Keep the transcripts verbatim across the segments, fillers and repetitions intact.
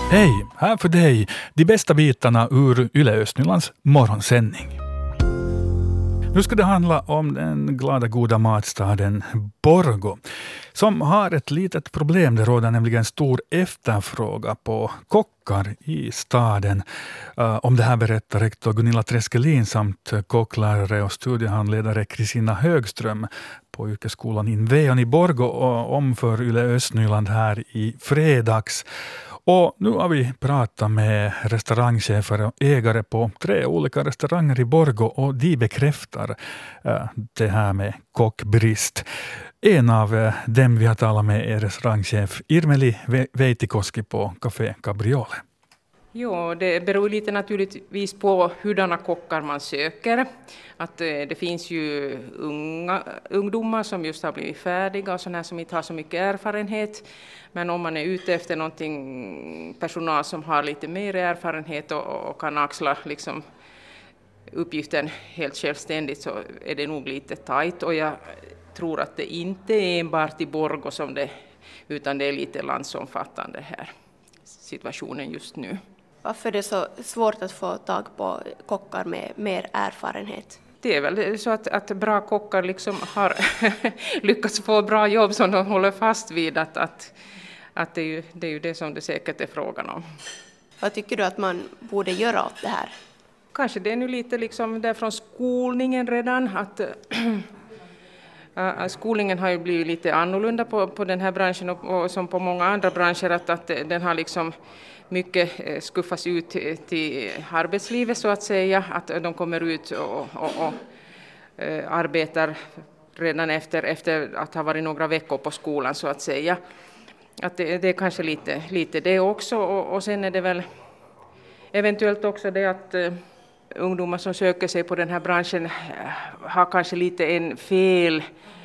Hej, här för dig de bästa bitarna ur Yle Östnylands morgonsändning. Nu ska det handla om den glada goda matstaden Borgå som har ett litet problem. Det råder nämligen stor efterfråga på kockar i staden. Uh, om det här berättar rektor Gunilla Treskelin samt kocklärare och studiehandledare Kristina Högström på yrkesskolan Inveon i Borgå och om för Yle Östnyland här i fredags. Och nu har vi pratat med restaurangchefer och ägare på tre olika restauranger i Borgå och de bekräftar äh, det här med kockbrist. En av äh, dem vi har talat med är restaurangchef Irmeli Veitikoski på Café Cabriole. Jo, det beror lite naturligtvis på hurdana kockar man söker. Att eh, det finns ju unga, ungdomar som just har blivit färdiga och sådana som inte har så mycket erfarenhet. Men om man är ute efter någonting, personal som har lite mer erfarenhet och, och kan axla liksom uppgiften helt självständigt, så är det nog lite tajt. Och jag tror att det inte är enbart i Borgå som det, utan det är lite landsomfattande här situationen just nu. Varför är det så svårt att få tag på kockar med mer erfarenhet? Det är väl så att, att bra kockar liksom har lyckats få bra jobb som de håller fast vid. Att, att, att det, är ju, det är ju det som det säkert är frågan om. Vad tycker du att man borde göra åt det här? Kanske det är nu lite liksom där från skolningen redan. Att, äh, skolningen har ju blivit lite annorlunda på, på den här branschen och, och som på många andra branscher. Att, att den har liksom mycket skuffas ut till arbetslivet så att säga, att de kommer ut och, och, och äh, arbetar redan efter, efter att ha varit några veckor på skolan så att säga. Att det, det är kanske lite, lite det också och, och sen är det väl eventuellt också det att äh, ungdomar som söker sig på den här branschen äh, har kanske lite en fel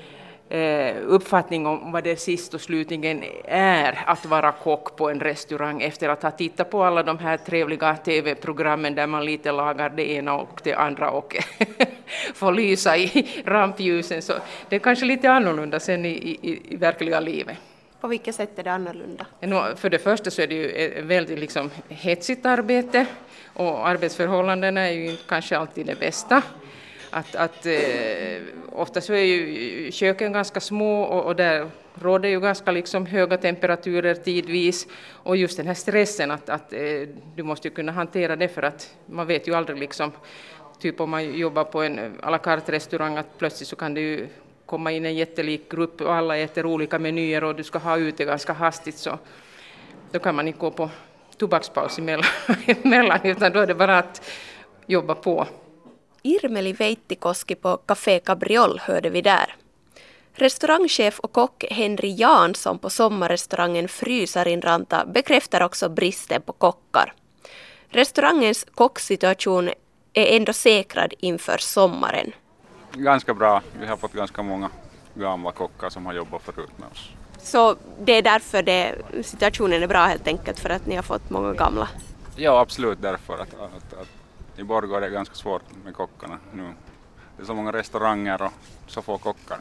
uppfattning om vad det sist och slutligen är att vara kock på en restaurang efter att ha tittat på alla de här trevliga tv-programmen där man lite lagar det ena och det andra och får lysa i rampljusen. Så det är kanske lite annorlunda sen i, i, i verkliga livet. På vilket sätt är det annorlunda? För det första så är det ju ett väldigt liksom hetsigt arbete och arbetsförhållandena är ju kanske alltid det bästa. Att, att eh, ofta så är ju köken ganska små och, och där råder ju ganska liksom höga temperaturer tidvis och just den här stressen att, att eh, du måste ju kunna hantera det för att man vet ju aldrig liksom typ om man jobbar på en à la carte restaurang att plötsligt så kan det ju komma in en jättelik grupp och alla äter olika menyer och du ska ha ut det ganska hastigt så då kan man inte gå på tobakspaus emellan, emellan utan då är det bara att jobba på. Irmeli Veitikoski på Café Cabriole hörde vi där. Restaurangchef och kock Henri Jansson på sommarrestaurangen Frysarinranta bekräftar också bristen på kockar. Restaurangens kocksituation är ändå säkrad inför sommaren. Ganska bra. Vi har fått ganska många gamla kockar som har jobbat förut med oss. Så det är därför det, situationen är bra helt enkelt för att ni har fått många gamla? Ja, absolut därför att, att, att i Borgå är det ganska svårt med kockarna nu. Det är så många restauranger och så få kockar.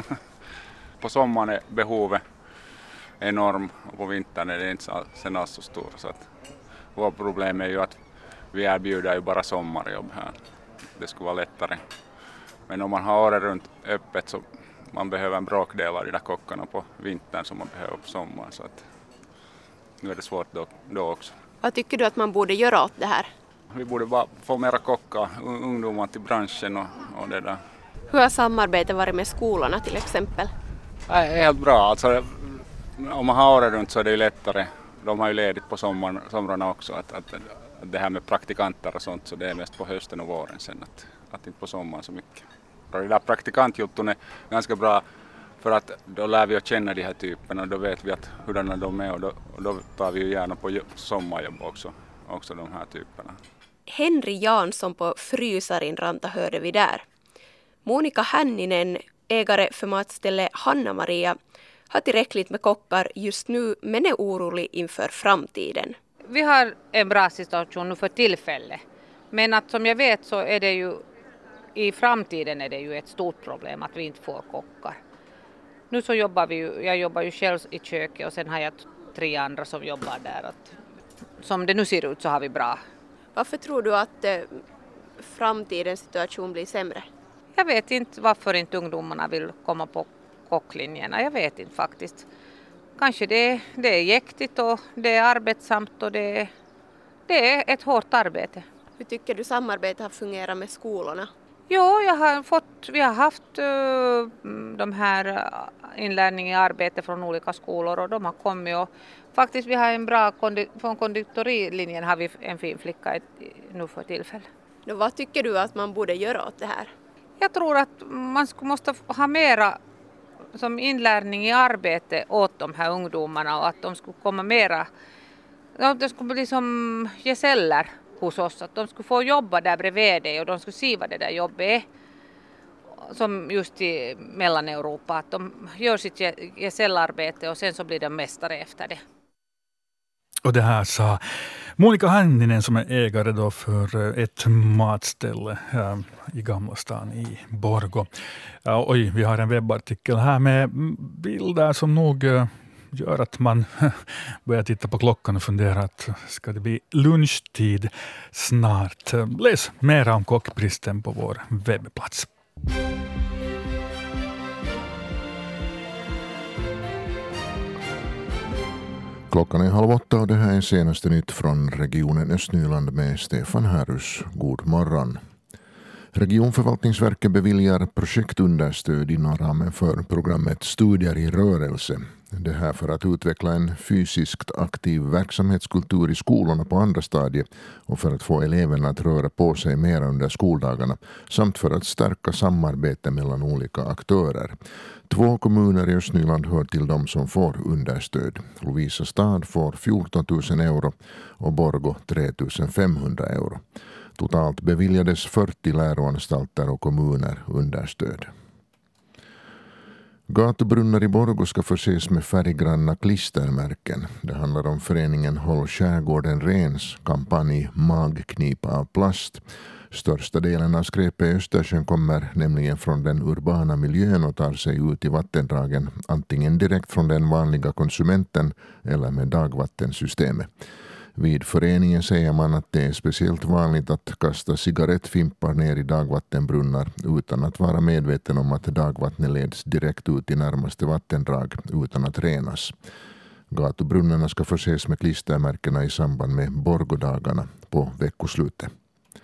På sommaren är behovet enorm och på vintern är det inte sen alls så stor. Så att vårt problem är ju att vi erbjuder ju bara sommarjobb här. Det skulle vara lättare. Men om man har året runt öppet så man behöver en bråkdel av de där kockarna på vintern som man behöver på sommaren. Så att nu är det svårt då, då också. Vad tycker du att man borde göra åt det här? Vi borde bara få mera kockar, ungdomar till branschen och, och det där. Hur har samarbetet varit med skolorna till exempel? Det är helt bra. Alltså, om man har året runt så är det ju lättare. De har ju ledigt på sommaren, somrarna också. Att, att, att det här med praktikanter och sånt så det är mest på hösten och våren sen. Att, att inte på sommaren så mycket. Och det där praktikantjutton är ganska bra för att då lär vi att känna de här typerna och då vet vi att hurdana de är och då, och då tar vi ju gärna på sommarjobb också, också de här typerna. Henri Jansson på Frysarinranta hörde vi där. Monika Hänninen, ägare för matställe Hanna-Maria, har tillräckligt med kockar just nu men är orolig inför framtiden. Vi har en bra situation nu för tillfället, men att som jag vet så är det ju i framtiden är det ju ett stort problem att vi inte får kockar. Nu så jobbar vi ju, jag jobbar ju själv i köket och sen har jag tre andra som jobbar där. Att som det nu ser ut så har vi bra. Varför tror du att eh, framtidens situation blir sämre? Jag vet inte varför inte ungdomarna vill komma på kocklinjerna. Jag vet inte faktiskt. Kanske det, det är jäktigt och det är arbetsamt och det, det är ett hårt arbete. Hur tycker du samarbetet har fungerat med skolorna? Jo, jag har fått, vi har haft uh, de här inlärning i arbete från olika skolor och de har kommit och faktiskt vi har en bra, från konditorilinjen har vi en fin flicka nu för tillfället. Då, vad tycker du att man borde göra åt det här? Jag tror att man måste ha mera som inlärning i arbete åt de här ungdomarna och att de skulle komma mera, att det skulle bli som gesäller hos oss, att de skulle få jobba där bredvid det och de skulle se vad det där jobbet är. Som just i Mellaneuropa, att de gör sitt gesällarbete och sen så blir de mästare efter det. Och det här sa Monika Hänninen som är ägare då för ett matställe äh, i Gamla stan i Borgå. Ja, oj, vi har en webbartikel här med bilder som nog äh, gör att man börjar titta på klockan och fundera att ska det bli lunchtid snart. Läs mer om kockbristen på vår webbplats. Klockan är halv åtta och det här är senaste nytt från regionen Östnyland med Stefan Härus. God morgon. Regionförvaltningsverket beviljar projektunderstöd inom ramen för programmet Studier i rörelse. Det här för att utveckla en fysiskt aktiv verksamhetskultur i skolorna på andra stadier och för att få eleverna att röra på sig mer under skoldagarna samt för att stärka samarbete mellan olika aktörer. Två kommuner i Östnyland hör till de som får understöd. Lovisa stad får fjorton tusen euro och Borgå tre tusen femhundra euro. Totalt beviljades fyrtio läroanstalter och kommuner understöd. Gatubrunnar i Borgå ska förses med färggranna klistermärken. Det handlar om föreningen Håll skärgården rens kampanj Magknipa av plast. Största delen av skräpet i Östersjön kommer nämligen från den urbana miljön och tar sig ut i vattendragen antingen direkt från den vanliga konsumenten eller med dagvattensystemet. Vid föreningen säger man att det är speciellt vanligt att kasta cigarettfimpar ner i dagvattenbrunnar utan att vara medveten om att dagvattnet leds direkt ut i närmaste vattendrag utan att renas. Gatubrunnarna ska förses med klistermärkena i samband med Borgådagarna på veckoslutet.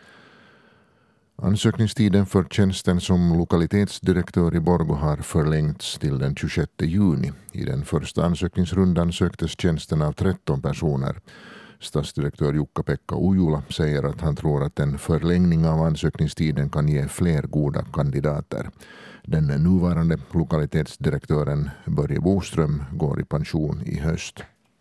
Ansökningstiden för tjänsten som lokalitetsdirektör i Borgå har förlängts till den tjugosjätte juni. I den första ansökningsrundan söktes tjänsten av tretton personer. Stadsdirektör Jukka-Pekka Ujula säger att han tror att en förlängning av ansökningstiden kan ge fler goda kandidater. Den nuvarande lokalitetsdirektören Börje Boström går i pension i höst.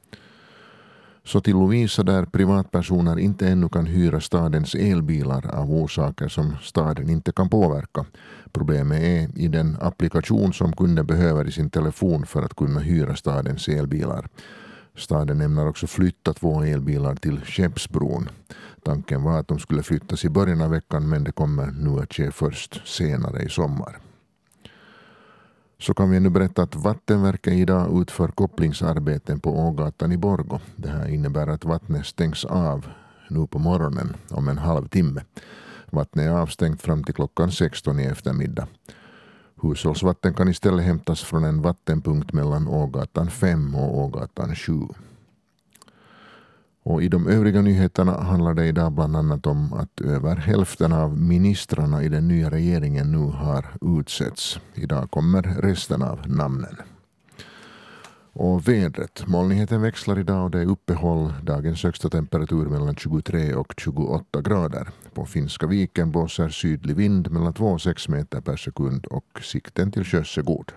Så till Lovisa där privatpersoner inte ännu kan hyra stadens elbilar av orsaker som staden inte kan påverka. Problemet är i den applikation som kunden behöver i sin telefon för att kunna hyra stadens elbilar. Staden ämnar också flytta två elbilar till Skeppsbron. Tanken var att de skulle flyttas i början av veckan men det kommer nu att ske först senare i sommar. Så kan vi nu berätta att Vattenverket idag utför kopplingsarbeten på Ågatan i Borgå. Det här innebär att vattnet stängs av nu på morgonen om en halvtimme. Vattnet är avstängt fram till klockan sexton i eftermiddag. Hushållsvatten kan istället hämtas från en vattenpunkt mellan Ågatan fem och Ågatan sju. Och i de övriga nyheterna handlar det idag bland annat om att över hälften av ministrarna i den nya regeringen nu har utsetts. Idag kommer resten av namnen. Och vädret. Molnigheten växlar idag och det är uppehåll. Dagens högsta temperatur mellan tjugotre och tjugoåtta grader. På Finska viken blåser sydlig vind mellan två och sex meter per sekund och sikten till sjöss är god.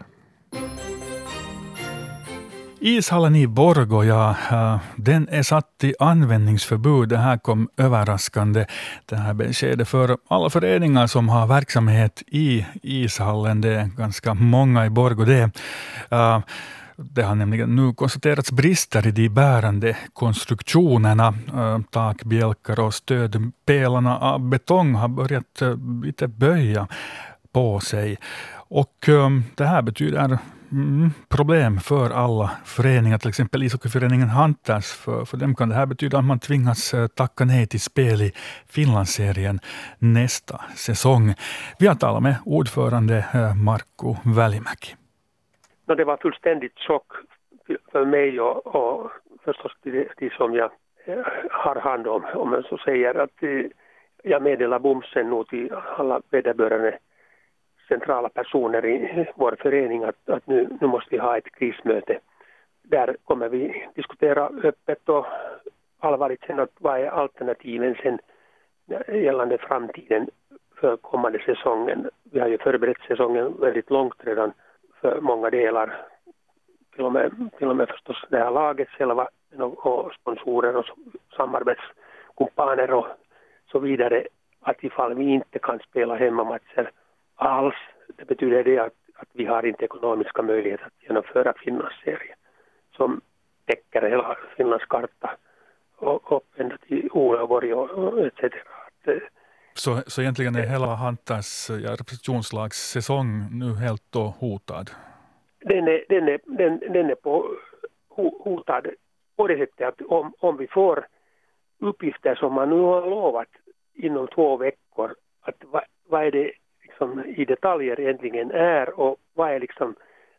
Ishallen i Borgå, ja, den är satt i användningsförbud. Det här kom överraskande. Det här beskedet för alla föreningar som har verksamhet i ishallen. Det är ganska många i Borgå. Det, det har nämligen nu konstaterats brister i de bärande konstruktionerna. Takbjälkar och stödpelarna av betong har börjat lite böja på sig. Och det här betyder mm, problem för alla föreningar, till exempel ishockeyföreningen Hunters. För, för dem kan det här betyda att man tvingas tacka nej till spel i Finlandsserien nästa säsong. Vi har talat med ordförande Markku Välimäki. No, det var fullständigt chock för mig och, och förstås de, de som jag har hand om, om man så säger, att jag meddelar bomsen nu till alla vederbörande centrala personer i vår förening att, att nu, nu måste vi ha ett krismöte. Där kommer vi diskutera öppet och allvarligt sen att vad är alternativen sen gällande framtiden för kommande säsongen. Vi har ju förberett säsongen väldigt långt redan för många delar. Till och med, till och med förstås det här laget själva och, och sponsorer och samarbetskumpaner och så vidare. Att ifall vi inte kan spela hemmamatcher alls, det betyder det att, att vi har inte ekonomiska möjligheter att genomföra Finlandsserien som täcker hela Finlands karta och, och ända till Uleåborg och, och et cetera. Så, så egentligen är hela Hunters ja, representationslags säsong nu helt då hotad? Den är, den är, den, den är på, hotad på det sättet att om, om vi får uppgifter som man nu har lovat inom två veckor, att vad, vad är det liksom i detaljer egentligen är och vad är liksom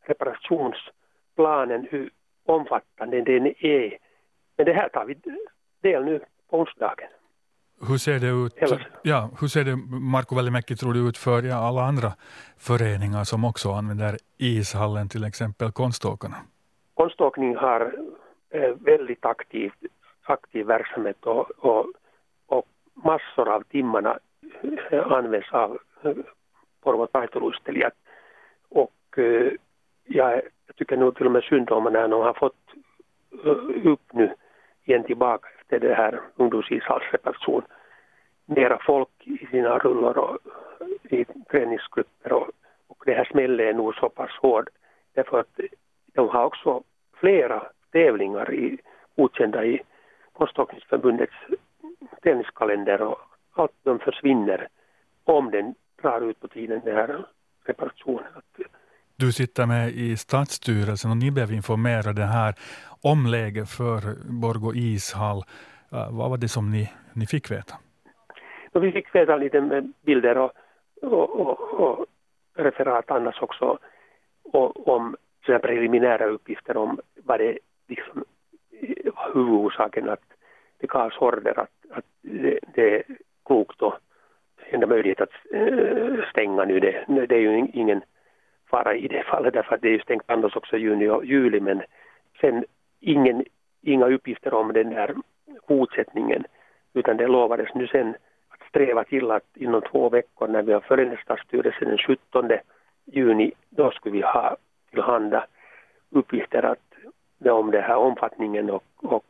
reparationsplanen, hur omfattande den är. Men det här tar vi del nu på onsdagen. Hur ser det ut, ja, hur ser det, Markku Välimäki, tror du, ut för ja, alla andra föreningar som också använder ishallen, till exempel konståkarna? Konståkning har eh, väldigt aktiv, aktiv verksamhet och, och, och massor av timmarna eh, används av eh, Porvoo-taitoluistelijat. Och eh, jag, jag tycker nog till och med synd om när de har fått uh, upp nu igen tillbaka efter det här ungdomshishallsreparation. Mera folk i sina rullor och i träningsgrupper och, och det här smäller är nog så pass hård därför att de har också flera tävlingar i, godkända i Konståkningsförbundets tävlingskalender och allt de försvinner om den drar ut på tiden den här reparationen. Du sitter med i stadsstyrelsen och ni blev informerade här om läget för Borgå ishall. Uh, vad var det som ni, ni fick veta? Och vi fick veta lite med bilder och, och, och, och referat annars också och, om sådana preliminära uppgifter om vad det liksom huvudorsaken att det gavs order att, att det, det är klokt och enda möjlighet att stänga nu. Det, det är ju ingen fara i det fallet därför att det är ju stängt annars också juni och juli, men sen ingen, inga uppgifter om den här fortsättningen, utan det lovades nu sen att sträva till att inom två veckor när vi har förenade stadsstyrelsen den sjuttonde juni, då skulle vi ha tillhanda uppgifter att, om den här omfattningen och, och,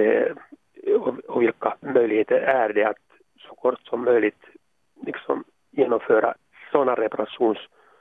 och, och vilka möjligheter är det att så kort som möjligt liksom genomföra sådana reparations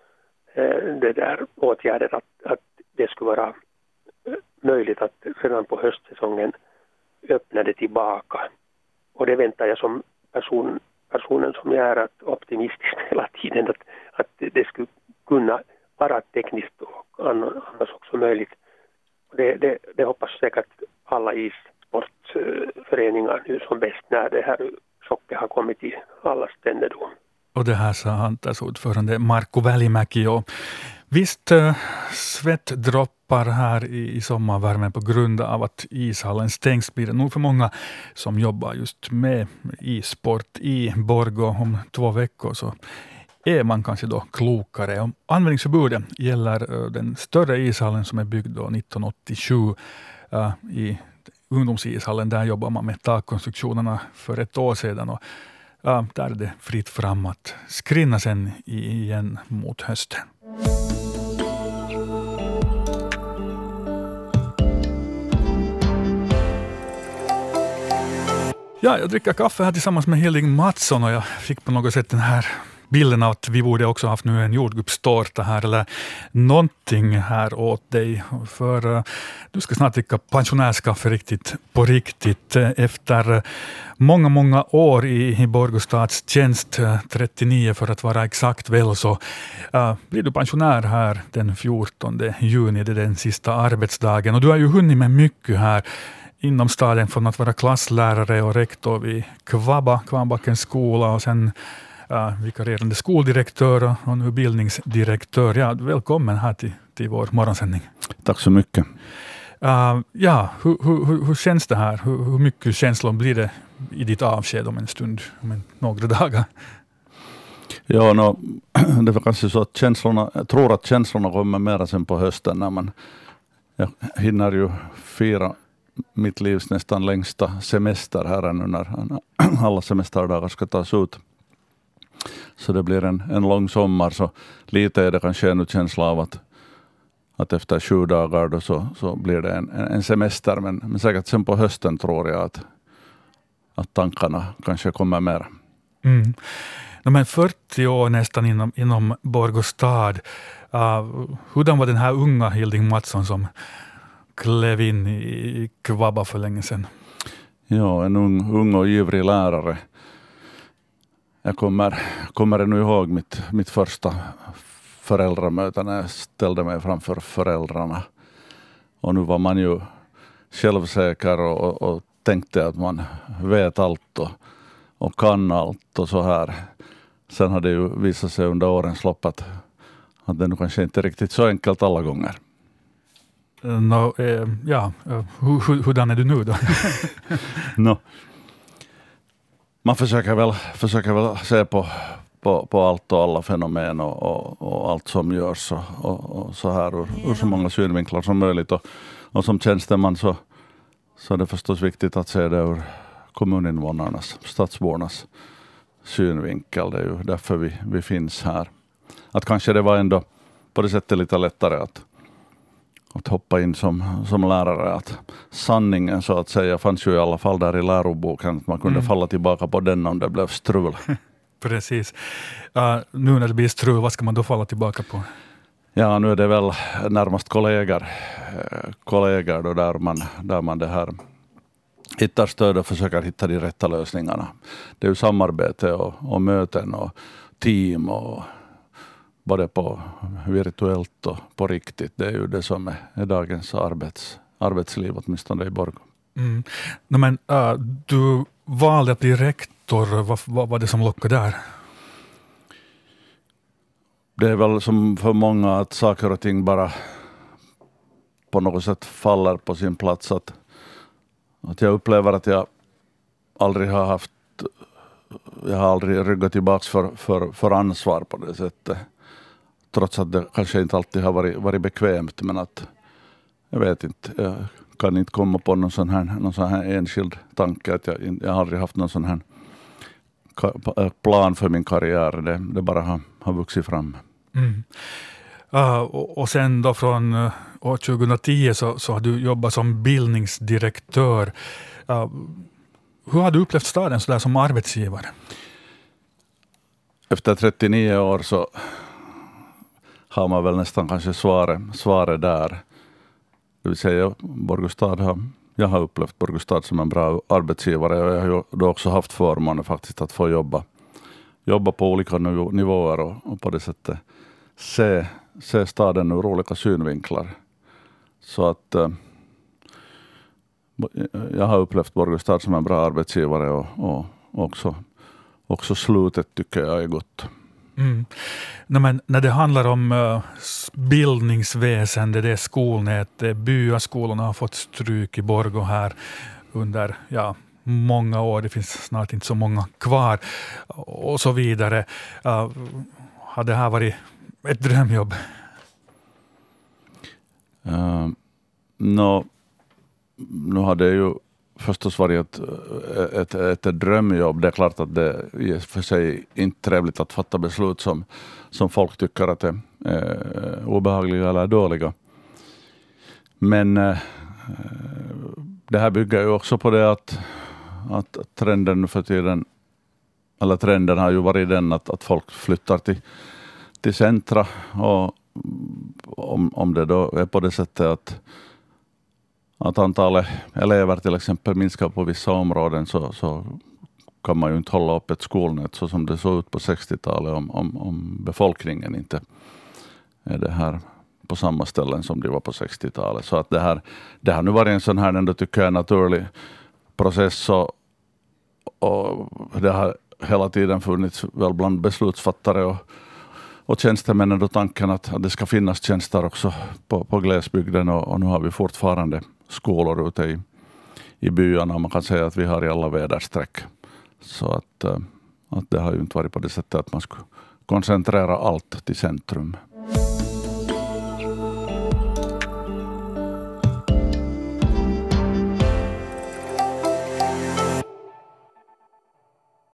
det där åtgärder att, att det skulle vara möjligt att redan på höstsäsongen öppna det tillbaka. Och det väntar jag som person, personen som jag är att optimistiskt hela tiden att, att det skulle kunna vara tekniskt och annars också möjligt. Och det, det, det hoppas säkert alla issportföreningar nu som bäst när det här chocket har kommit i allas kännedom. Och det här sa Hunters ordförande Markku Välimäki. Och visst äh, svettdroppar här i, i sommarvärmen på grund av att ishallen stängs blir det nog för många som jobbar just med issport i Borgå. Om två veckor så är man kanske då klokare. Och användningsförbudet gäller äh, den större ishallen som är byggd då nittonhundraåttiosju äh, i ungdomsishallen. Där jobbar man med takkonstruktionerna för ett år sedan och ja, där är det fritt fram att skrinna sen igen mot hösten. Ja, jag dricker kaffe här tillsammans med Hilding Mattsson och jag fick på något sätt den här bilden av att vi borde också haft nu en jordgubbstårta här eller någonting här åt dig. För uh, du ska snart dricka pensionärskaffe riktigt på riktigt. Efter många, många år i, i Borgostads tjänst, trettionio för att vara exakt väl, så uh, blir du pensionär här den fjortonde juni, det är den sista arbetsdagen. Och du har ju hunnit med mycket här inom staden, från att vara klasslärare och rektor vid Kvabba, Kvarnbackens skola, och sen uh, vikarierande skoldirektör och nu bildningsdirektör. Ja, välkommen här till, till vår morgonsändning. Tack så mycket. Uh, ja, hur, hur, hur känns det här? Hur, hur mycket känslor blir det i ditt avsked om en stund, om en, några dagar? Ja, no, det var kanske så att känslorna, jag tror att känslorna kommer mera sen på hösten när man jag hinner ju fira mitt livs nästan längsta semester här ännu när alla semesterdagar ska tas ut. Så det blir en, en lång sommar, så lite är det kanske en känsla av att, att efter sju dagar då så, så blir det en, en semester, men, men säkert sen på hösten tror jag att, att tankarna kanske kommer mer. Mm. No, men fyrtio år nästan inom, inom Borgostad. Uh, hurdan var den här unga Hilding Mattsson som klev in i Kvabba för länge sedan? Ja, en ung, ung och ivrig lärare. Jag kommer, kommer nu ihåg mitt, mitt första föräldramöte när jag ställde mig framför föräldrarna. Och nu var man ju självsäker och, och, och tänkte att man vet allt och, och kan allt och så här. Sen hade det ju visat sig under årens lopp att, att det nu kanske inte är riktigt så enkelt alla gånger. No, eh, ja, hur, hur, hurdan är du nu då? no. Man försöker väl, försöker väl se på, på, på allt och alla fenomen och, och, och allt som görs och, och, och så här ur, ur så många synvinklar som möjligt. Och, och som tjänsteman så, så är det förstås viktigt att se det ur kommuninvånarnas, stadsbornas synvinkel. Det är ju därför vi, vi finns här. Att kanske det var ändå på det sättet lite lättare att att hoppa in som, som lärare, att sanningen så att säga fanns ju i alla fall där i läroboken, att man kunde mm. falla tillbaka på den om det blev strul. Precis. Uh, nu när det blir strul, vad ska man då falla tillbaka på? Ja, nu är det väl närmast kollegor, eh, kollegor då där man, där man det här hittar stöd och försöker hitta de rätta lösningarna. Det är ju samarbete och, och möten och team och både på virtuellt och på riktigt. Det är ju det som är, är dagens arbets, arbetsliv, åtminstone i Borgå. Mm. No, men uh, du valde att bli rektor. Vad, vad var det som lockade där? Det är väl som för många att saker och ting bara på något sätt faller på sin plats. Att, att jag upplever att jag aldrig har haft, jag har aldrig ryggat tillbaka för, för, för ansvar på det sättet. Trots att det kanske inte alltid har varit, varit bekvämt, men att jag vet inte, jag kan inte komma på någon sån här, någon sån här enskild tanke att jag, jag har aldrig haft någon sån här plan för min karriär. Det, det bara har, har vuxit fram. Mm. Uh, och, och sen då från uh, år tjugohundratio så, så har du jobbat som bildningsdirektör. Uh, hur har du upplevt staden så där som arbetsgivare? Efter trettionio år så har man väl nästan kanske svaret, svaret där. Det vill säga, Borgostad har, jag har upplevt Borgostad som en bra arbetsgivare, och jag har ju då också haft förmånen faktiskt att få jobba, jobba på olika nivåer och, och på det sättet se, se staden ur olika synvinklar. Så att eh, jag har upplevt Borgostad som en bra arbetsgivare, och, och också, också slutet tycker jag är gott. Mm. No, men när det handlar om uh, bildningsväsende, det är skolnät, byskolorna har fått stryk i Borgå här under ja, många år, det finns snart inte så många kvar och så vidare. Uh, har det här varit ett drömjobb? Uh, no, nu har det ju förstås varit ett, ett, ett drömjobb. Det är klart att det är för sig inte trevligt att fatta beslut som, som folk tycker att är eh, obehagliga eller dåliga. Men eh, det här bygger ju också på det att, att trenden för tiden eller trenden har ju varit den att, att folk flyttar till, till centra, och om, om det då är på det sättet att, att antalet elever till exempel minskar på vissa områden, så, så kan man ju inte hålla upp ett skolnät så som det såg ut på sextiotalet om, om, om befolkningen inte är det här på samma ställen som det var på sextiotalet. Så att det här, det har nu varit en sån här ändå tycker jag naturlig process, och, och det har hela tiden funnits väl bland beslutsfattare och, och tjänstemännen då tanken att, att det ska finnas tjänster också på, på glesbygden, och, och nu har vi fortfarande skolor ute i, i byarna, och man kan säga att vi har i alla väderstreck. Så att, att det har ju inte varit på det sättet att man skulle koncentrera allt till centrum.